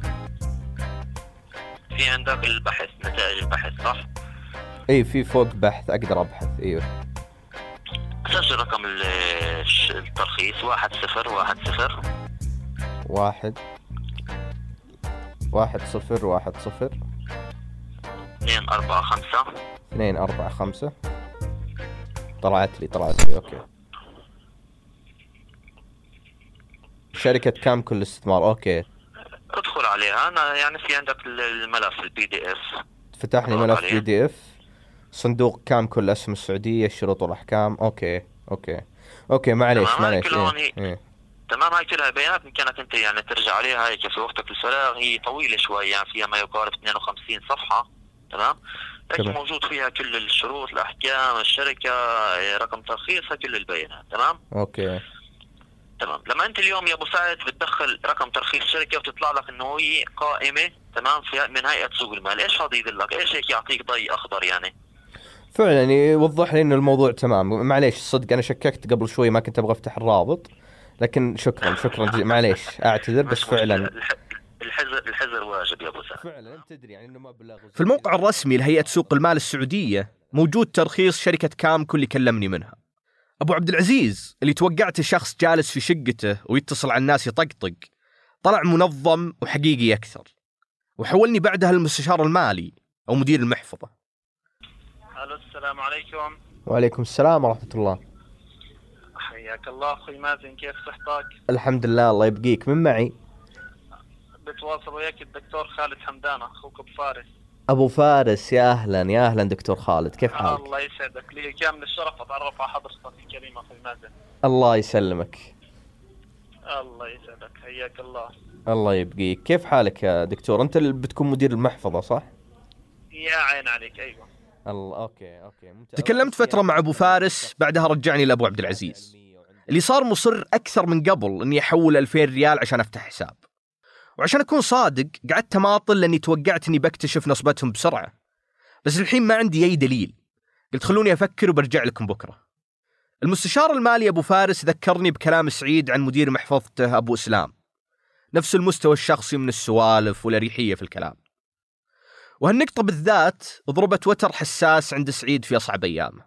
في عندك البحث، نتائج البحث صح؟ اي في فوق بحث اقدر ابحث. ايوه. سجل رقم الترخيص واحد صفر واحد صفر واحد واحد صفر واحد صفر اثنين أربعة خمسة اثنين أربعة خمسة. طلعت لي طلعت لي اوكي. شركة كامكو للاستثمار. اوكي ادخل عليها. انا يعني في عندك الملف البي دي اف، فتح لي ملف بي دي اف. صندوق كامكو الاسهم السعودية، الشروط والاحكام. اوكي اوكي اوكي معليش معليش. إيه. إيه. تمام. هاي كلها بيانات بإمكانك انت يعني ترجع عليها هيك في وقتك الفراغ. هي طويلة شوي يعني فيها ما يقارب اثنين وخمسين صفحة. تمام. لكن موجود فيها كل الشروط، الاحكام، الشركة، رقم ترخيصها، كل البيانات. تمام. اوكي تمام. لما انت اليوم يا ابو سعد بتدخل رقم ترخيص شركه وتطلع لك انه هي قائمه تمام في من هيئه سوق المال، ايش هذا يدلك؟ ايش هيك يعطيك ضي اخضر يعني؟ فعلا يعني وضح لي انه الموضوع تمام. معليش صدق انا شككت قبل شوي، ما كنت ابغى افتح الرابط، لكن شكرا شكرا معليش اعتذر. بس فعلا الحذر الحذر واجب يا ابو سعد. فعلا انت تدري يعني انه ما بلاغ. في الموقع الرسمي لهيئه سوق المال السعوديه موجود ترخيص شركه كامكو اللي كلمني منها. أبو عبد العزيز اللي توقعت شخص جالس في شقته ويتصل على الناس يطقطق، طلع منظم وحقيقي أكثر، وحولني بعدها المستشار المالي أو مدير المحفظة. ألو السلام عليكم. وعليكم السلام ورحمة الله. حياك الله أخوي مازن، كيف صحتك؟ الحمد لله الله يبقيك. من معي؟ بتواصل وياك الدكتور خالد حمدان، أخوك أبو فارس. أبو فارس، يا أهلا يا أهلا دكتور خالد، كيف حالك؟ الله يسعدك، لي كامل الشرف أتعرف على حضرتك الكريمة أخوي مازن. الله يسلمك. الله يسعدك، حياك الله. الله يبقيك. كيف حالك يا دكتور؟ أنت اللي بتكون مدير المحفظة صح؟ يا عين عليك. أيوة. الله أوكي أوكي ممتاز. تكلمت فترة مع أبو فارس، بعدها رجعني لأبو عبد العزيز اللي صار مصر أكثر من قبل إني أحول ألفين ريال عشان أفتح حساب. وعشان أكون صادق قعدت تماطل لأني توقعت إني بكتشف نصبتهم بسرعة، بس الحين ما عندي أي دليل. قلت خلوني أفكر وبرجع لكم بكرة. المستشار المالي أبو فارس ذكرني بكلام سعيد عن مدير محفظته أبو إسلام، نفس المستوى الشخصي من السوالف والأريحية في الكلام. وهالنقطة بالذات ضربت وتر حساس عند سعيد في أصعب أيامه.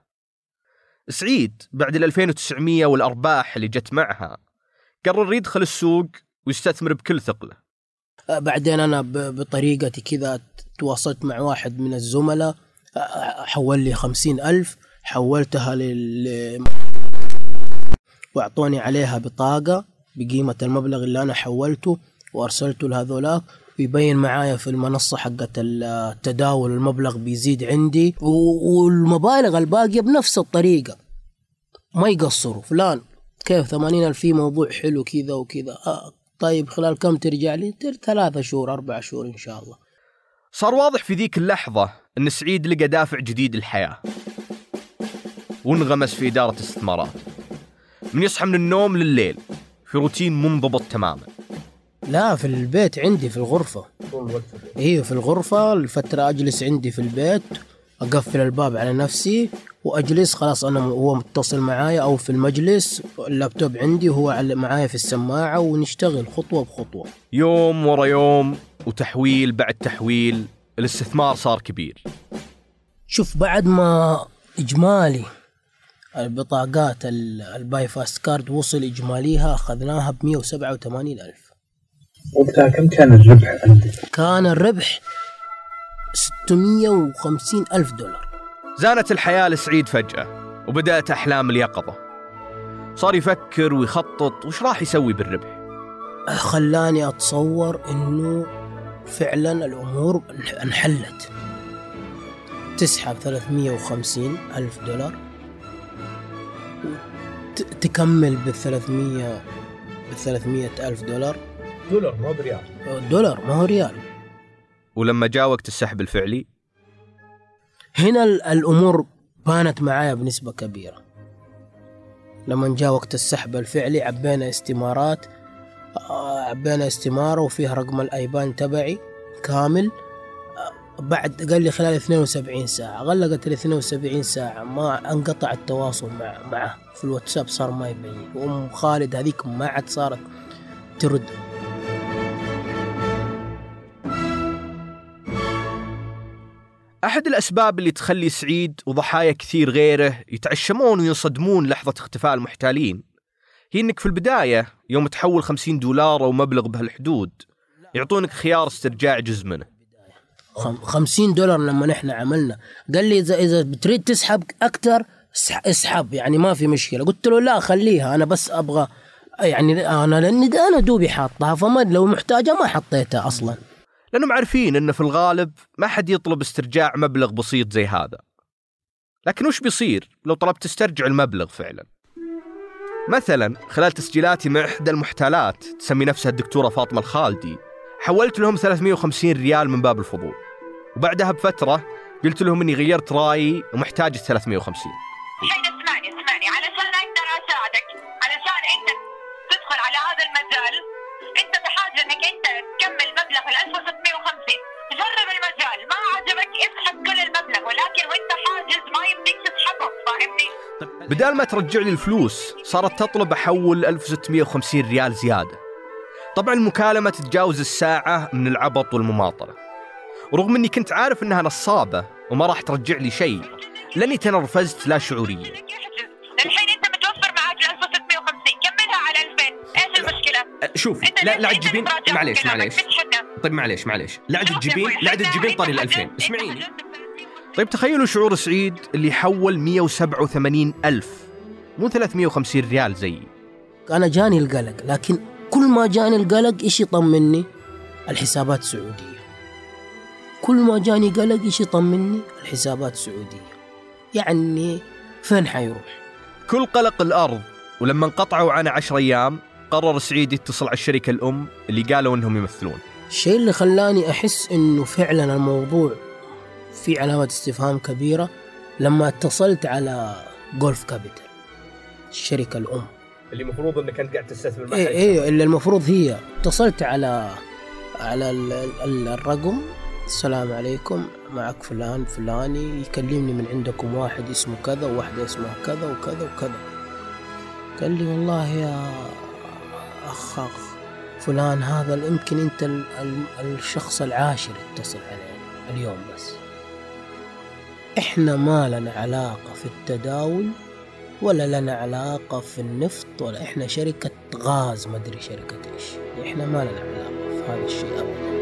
سعيد بعد الألفين وتسعمية والأرباح اللي جت معها قرر يدخل السوق ويستثمر بكل ثقله. بعدين أنا بطريقتي كذا تواصلت مع واحد من الزملاء، حول لي خمسين ألف، حولتها لل وأعطوني عليها بطاقة بقيمة المبلغ اللي أنا حولته وأرسلته لهذولاك، ويبين معايا في المنصة حقت التداول المبلغ بيزيد عندي، والمبالغ الباقية بنفس الطريقة ما يقصروا. فلان كيف ثمانين ألف في موضوع حلو كذا وكذا. آه طيب خلال كم ترجع لي؟ ثلاثة شهور أربع شهور إن شاء الله. صار واضح في ذيك اللحظة أن سعيد لقى دافع جديد للحياة، وانغمس في إدارة استثمارات من يصحى من النوم لليل في روتين منضبط تماما. لا في البيت عندي في الغرفة. إيه في الغرفة الفترة أجلس عندي في البيت، أقفل الباب على نفسي وأجلس خلاص. أنا هو متصل معايا أو في المجلس، اللابتوب عندي وهو معايا في السماعة، ونشتغل خطوة بخطوة يوم ورا يوم وتحويل بعد تحويل. الاستثمار صار كبير. شوف بعد ما إجمالي البطاقات الباي فاست كارد وصل إجماليها أخذناها بمية وسبعة وثمانين ألف. وقتها كم كان الربح عندك؟ كان الربح ستمية وخمسين ألف دولار. زانت الحياة لسعيد فجأة، وبدأت أحلام اليقظة. صار يفكر ويخطط وش راح يسوي بالربح. خلاني أتصور إنه فعلا الأمور انحلت. تسحب ثلاثمية وخمسين ألف دولار تكمل بالثلاثمية بالثلاثمية ألف دولار. دولار ما هو بريال. دولار ما هو ريال. ولما جاء وقت السحب الفعلي هنا الأمور بانت معايا بنسبة كبيرة. لما جاء وقت السحب الفعلي عبينا استمارات، عبينا استمارة وفيها رقم الأيبان تبعي كامل. بعد قال لي خلال اثنين وسبعين ساعة، غلقت ال اثنين وسبعين ساعة ما انقطع التواصل مع معه في الواتساب، صار ما يبين. وأم خالد هذيك ما عاد صارت ترد. أحد الأسباب اللي تخلي سعيد وضحايا كثير غيره يتعشمون وينصدمون لحظة اختفاء المحتالين هي إنك في البداية يوم تحول خمسين دولار أو مبلغ بهالحدود يعطونك خيار استرجاع جزء منه. خمسين دولار لما نحن عملنا قال لي إذا إذا بتريد تسحب أكتر اسحب، يعني ما في مشكلة. قلت له لا خليها، أنا بس أبغى يعني أنا لأني ده أنا دوبي حاطها، فما لو محتاجة ما حطيتها أصلا. لأنهم عارفين إن في الغالب ما حد يطلب استرجاع مبلغ بسيط زي هذا. لكن وش بيصير لو طلبت تسترجع المبلغ فعلا؟ مثلا خلال تسجيلاتي مع إحدى المحتالات تسمي نفسها الدكتورة فاطمة الخالدي حولت لهم ثلاثمية وخمسين ريال من باب الفضول، وبعدها بفترة قلت لهم إني غيرت رأيي ومحتاج ثلاثمية وخمسين. الحين اسمعني اسمعني علشان أقدر أساعدك، علشان أنت تدخل على هذا المجال أنت بحاجة إنك أنت تكمل مبلغ ال ألف وستمية وخمسين. جرب المجال، ما عجبك اسحب كل المبلغ، ولكن وأنت حاجز ما يمديك تسحبه، فاهمني؟ بدال ما ترجع لي الفلوس صارت تطلب أحول ألف وستمية وخمسين ريال زيادة. طبعا المكالمة تتجاوز الساعة من العبط والمماطلة، ورغم أني كنت عارف أنها نصابة وما راح ترجع لي شيء لأني تنرفزت لا شعوريا. الحين أنت متوفر معك ال ألف وستمية وخمسين، كملها على ألفين. إيش المشكلة؟ شوف لا لا تجيبين، معليش معليش طيب معليش معليش لا عاد تجيبين لا عاد تجيبين طاري الألفين. اسمعيني طيب، تخيلوا شعور سعيد اللي حول مية وسبعة وثمانين ألف مو ثلاثمية وخمسين ريال زيي. أنا جاني القلق، لكن كل ما جاني القلق إيش يطمني؟ الحسابات السعودية. كل ما جاني قلق إيش يطمني؟ الحسابات السعودية. يعني فين حيروح؟ كل قلق الأرض. ولما انقطعوا عنه عشر أيام قرر سعيد يتصل على الشركة الأم اللي قالوا إنهم يمثلون. الشيء اللي خلاني أحس إنه فعلا الموضوع في علامة استفهام كبيرة لما اتصلت على جولف كابيتال، الشركة الأم اللي المفروض انك انت قاعد تستثمر معها. ايه ايه اللي المفروض هي. اتصلت على على ال ال الرقم، السلام عليكم، معك فلان فلاني يكلمني من عندكم واحد اسمه كذا وواحدة اسمها كذا وكذا وكذا. قال لي والله يا أخ فلان هذا يمكن أنت ال ال الشخص العاشر اتصل علينا اليوم، بس إحنا ما لنا علاقة في التداول ولا لنا علاقة في النفط، ولا إحنا شركة غاز ما أدري شركة إيش، إحنا ما لنا علاقة في هذا الشيء أبدا.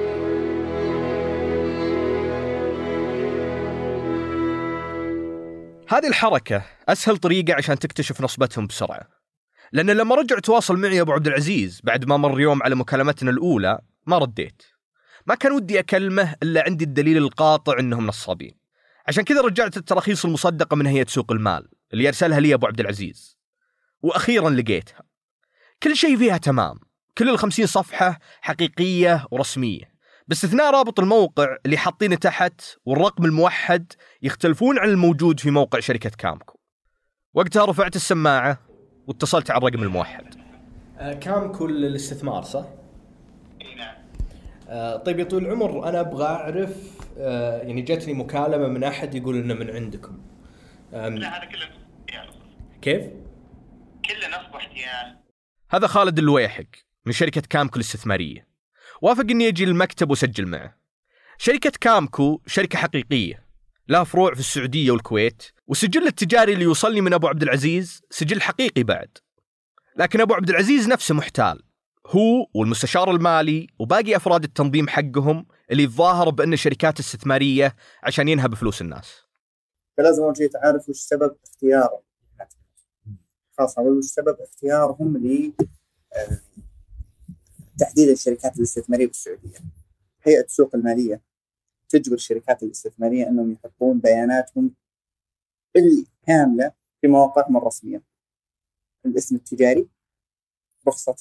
هذه الحركة أسهل طريقة عشان تكتشف نصبتهم بسرعة، لأن لما رجع تواصل معي أبو عبد العزيز بعد ما مر يوم على مكالمتنا الأولى ما رديت. ما كان ودي أكلمه إلا عندي الدليل القاطع إنهم نصابين. عشان كذا رجعت التراخيص المصدقة من هيئة سوق المال اللي أرسلها لي أبو عبد العزيز، وأخيرا لقيتها. كل شيء فيها تمام، كل الخمسين صفحة حقيقية ورسمية، باستثناء رابط الموقع اللي حاطينه تحت والرقم الموحد يختلفون عن الموجود في موقع شركة كامكو. وقتها رفعت السماعة واتصلت على الرقم الموحد. آه كامكو الاستثمار صح؟ نعم. آه طيب يا طويل العمر، أنا أبغى أعرف، آه يعني جاتني مكالمة من أحد يقول إنه من عندكم. لا هذا كله احتيال. كيف؟ كله نصب احتيال. هذا خالد الويحق من شركة كامكو الاستثمارية، وافق إني أجي للمكتب وسجل معه. شركة كامكو شركة حقيقية لها فروع في السعودية والكويت، والسجل التجاري اللي يوصلني من أبو عبد العزيز سجل حقيقي بعد. لكن أبو عبد العزيز نفسه محتال، هو والمستشار المالي وباقي أفراد التنظيم حقهم اللي يتظاهر بأن الشركات استثمارية عشان ينهب فلوس الناس. فلازم أول شيء تعرف وش سبب اختياره الأشخاص هذول وش سبب اختيارهم ل تحديد الشركات الاستثمارية بالسعودية. هيئة السوق المالية تجبر الشركات الاستثمارية أنهم يحطون بياناتهم الكاملة في مواقعهم الرسمية، الاسم التجاري، رخصة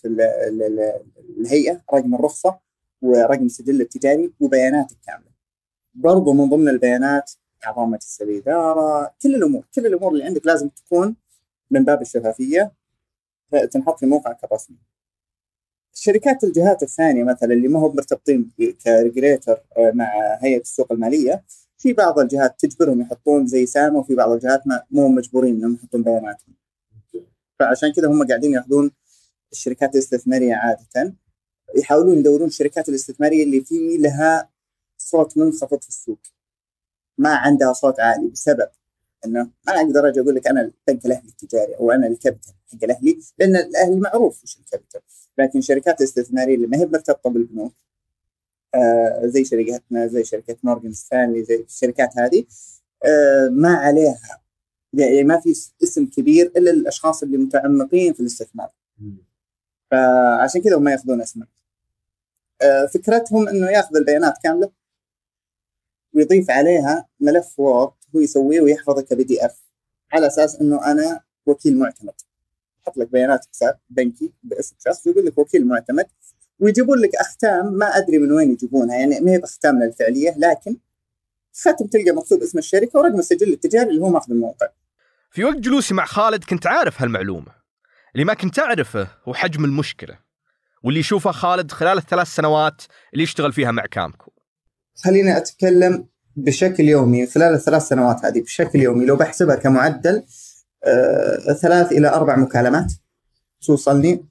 الهيئة، رقم الرخصة ورقم السجل التجاري وبيانات الكاملة. برضو من ضمن البيانات إعطاء مجلس الإدارة، كل الأمور كل الأمور اللي عندك لازم تكون من باب الشفافية تنحط في موقعك الرسمي. الشركات الجهات الثانية مثلا اللي ما هو مرتبطين كريجريتر مع هيئة السوق المالية، في بعض الجهات تجبرهم يحطون زي سامة، وفي بعض الجهات ما مو مجبورين انهم يحطون بياناتهم. فعشان كذا هم قاعدين ياخذون الشركات الاستثمارية عادة، يحاولون يدورون الشركات الاستثمارية اللي في لها صوت منخفض في السوق، ما عندها صوت عالي، بسبب انه ما اقدر اجي اقول لك انا البنك الاهلي التجاري او انا الكابيتال حق الاهلي، لان الاهلي معروف وش الكابيتال. لكن الشركات الاستثماريه اللي ما هي مرتبطه بالبنوك آه زي شركتنا، زي شركه مورغان ستانلي، زي الشركات هذه آه ما عليها يعني ما في اسم كبير الا الاشخاص اللي متعمقين في الاستثمار، فعشان كذا هم ياخذون اسمه. آه فكرتهم انه ياخذ البيانات كامله ويضيف عليها ملف وورد هو يسويه ويحفظه كبي دي اف، على اساس انه انا وكيل معتمد. يحط لك بيانات حساب بنكي باسم شخص ويقول لك وكيل معتمد، ويجيبون لك اختام ما ادري من وين يجيبونها، يعني ما هي باختامنا الفعليه، لكن ختم تلقى مكتوب اسم الشركه ورقم السجل التجاري اللي هو ماخذ الموقع. في وقت جلوسي مع خالد كنت عارف هالمعلومه، اللي ما كنت اعرفه هو حجم المشكله واللي يشوفه خالد خلال الثلاث سنوات اللي يشتغل فيها مع كامكو. خلينا أتكلم بشكل يومي خلال الثلاث سنوات هذه بشكل يومي، لو بحسبها كمعدل آه، ثلاث إلى أربع مكالمات توصلني.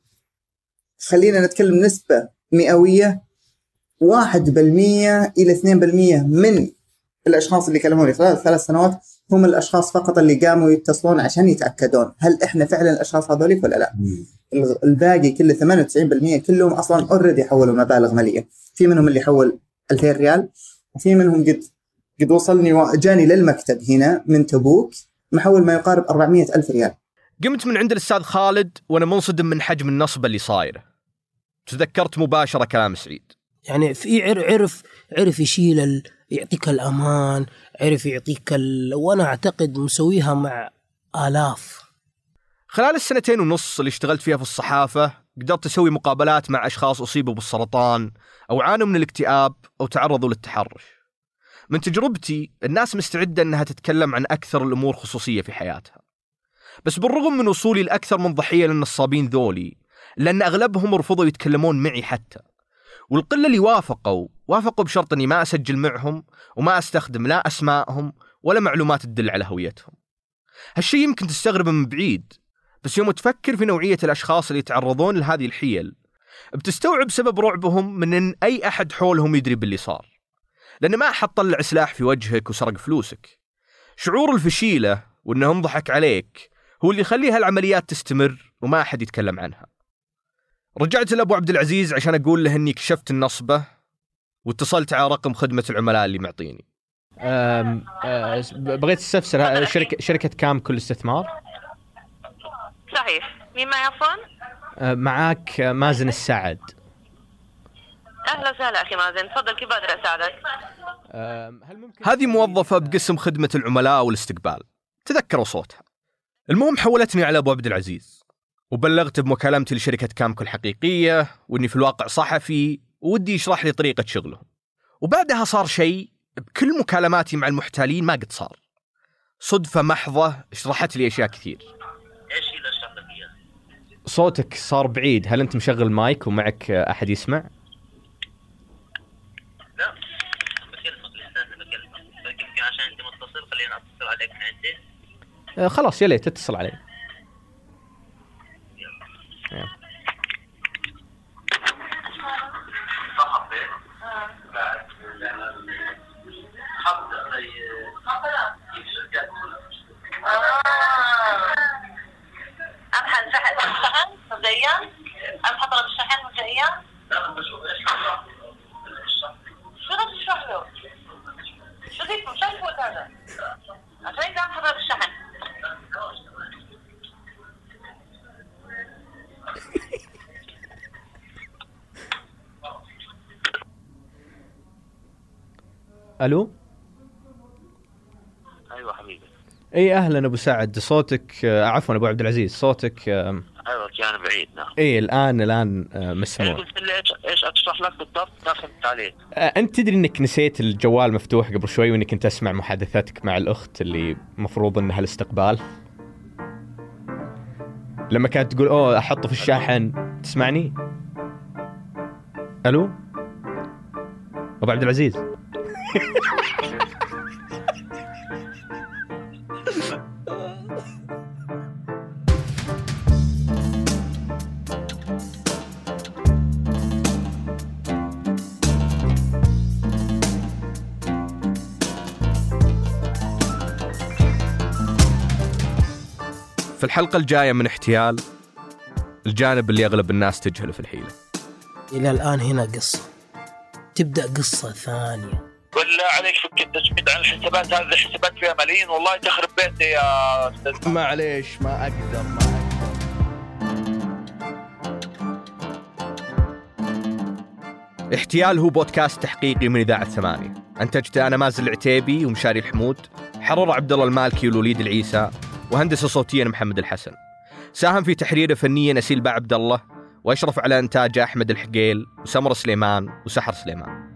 خلينا نتكلم نسبة مئوية، واحد بالمية إلى اثنين بالمية من الأشخاص اللي كلموني خلال الثلاث سنوات هم الأشخاص فقط اللي قاموا يتصلون عشان يتأكدون هل إحنا فعلا الأشخاص هذوليك ولا لا. الباقي كله ثمانية وتسعين بالمية كلهم أصلا أوريدي حولوا مبالغ مالية، في منهم اللي حول ألفين ريال، وفي منهم قد قد وصلني وجاني للمكتب هنا من تبوك محول ما يقارب أربعمية ألف ريال. قمت من عند الأستاذ خالد وأنا منصدم من حجم النصب اللي صايره. تذكرت مباشرة كلام سعيد، يعني في عرف عرف يشيل ال... يعطيك الأمان، عرف يعطيك ال... وأنا أعتقد مسويها مع آلاف. خلال السنتين ونص اللي اشتغلت فيها في الصحافة قدرت أسوي مقابلات مع أشخاص أصيبوا بالسرطان أو عانوا من الاكتئاب أو تعرضوا للتحرش. من تجربتي الناس مستعدة أنها تتكلم عن أكثر الأمور خصوصية في حياتها، بس بالرغم من وصولي لأكثر من ضحية للنصابين ذولي، لأن أغلبهم رفضوا يتكلمون معي حتى، والقلة اللي وافقوا وافقوا بشرط أني ما أسجل معهم وما أستخدم لا أسماءهم ولا معلومات تدل على هويتهم. هالشيء يمكن تستغرب من بعيد، بس يوم تفكر في نوعية الأشخاص اللي يتعرضون لهذه الحيل بتستوعب سبب رعبهم من أن أي أحد حولهم يدري باللي صار، لأن ما أحد طلع سلاح في وجهك وسرق فلوسك. شعور الفشيلة وأنهم ضحك عليك هو اللي يخلي هالعمليات تستمر وما أحد يتكلم عنها. رجعت لأبو عبد العزيز عشان أقول له أني كشفت النصبة، واتصلت على رقم خدمة العملاء اللي معطيني. أم أه بغيت استفسر، شركة شركة كامكو الاستثمار؟ صحيح. مين معي عفوا؟ أه معاك مازن السعد. أهلا وسهلا أخي مازن، تفضل كيف أقدر أساعدك؟ هذه موظفة بقسم خدمة العملاء والاستقبال، تذكروا صوتها. المهم حولتني على أبو عبد العزيز وبلغت بمكالمتي لشركة كامكو الحقيقية وإني في الواقع صحفي ودي يشرح لي طريقة شغلهم. وبعدها صار شيء بكل مكالماتي مع المحتالين ما قد صار، صدفة محضة شرحت لي أشياء كثير. إيش هي اللي شرحت لك إياها؟ صوتك صار بعيد، هل أنت مشغل مايك ومعك أحد يسمع؟ لا بكلمك لسه بكلمك، لكن عشان أنت متصل خلينا أتصل عليك من عندي. أه خلاص يا ليت تتصل علي. أم حل شحن الشحن مبدئيا؟ أم حضر الشحن مبدئيا؟ لا بشوف إيش شو بدك تشرح له؟ شو ذيك مش عارف وقت هذا؟ عشان أنت عم حضر الشحن. الو ايوه حبيبي. اي اهلا ابو سعد، صوتك آه عفوا ابو عبد العزيز، صوتك آه ايوه كان بعيد. نعم. اي الان الان آه مسموع. قلت لي ايش ايش اشرح لك بالضبط؟ ما فهمت عليك. آه انت تدري انك نسيت الجوال مفتوح قبل شوي، وانك كنت اسمع محادثتك مع الاخت اللي مفروض انها الاستقبال، لما كانت تقول اوه احطه في الشاحن. تسمعني؟ الو ابو عبد العزيز. في الحلقة الجاية من احتيال، الجانب اللي أغلب الناس تجهله في الحيلة. إلى الآن هنا قصة، تبدأ قصة ثانية. بالله عليك فك التجميد عن الحسابات هذه، الحسابات فيها ملايين والله تخرب بيتي يا أستاذ. معليش ما أقدر ما أقدر. احتيال هو بودكاست تحقيقي من إذاعة ثمانية، أنتجته أنا مازن العتيبي ومشاري الحمود، حرر عبد الله المالكي والوليد العيسى، وهندسة صوتيا محمد الحسن. ساهم في تحريره فنيا أسيل با عبد الله، وأشرف على إنتاجه أحمد الحقيل وسمر سليمان وسحر سليمان.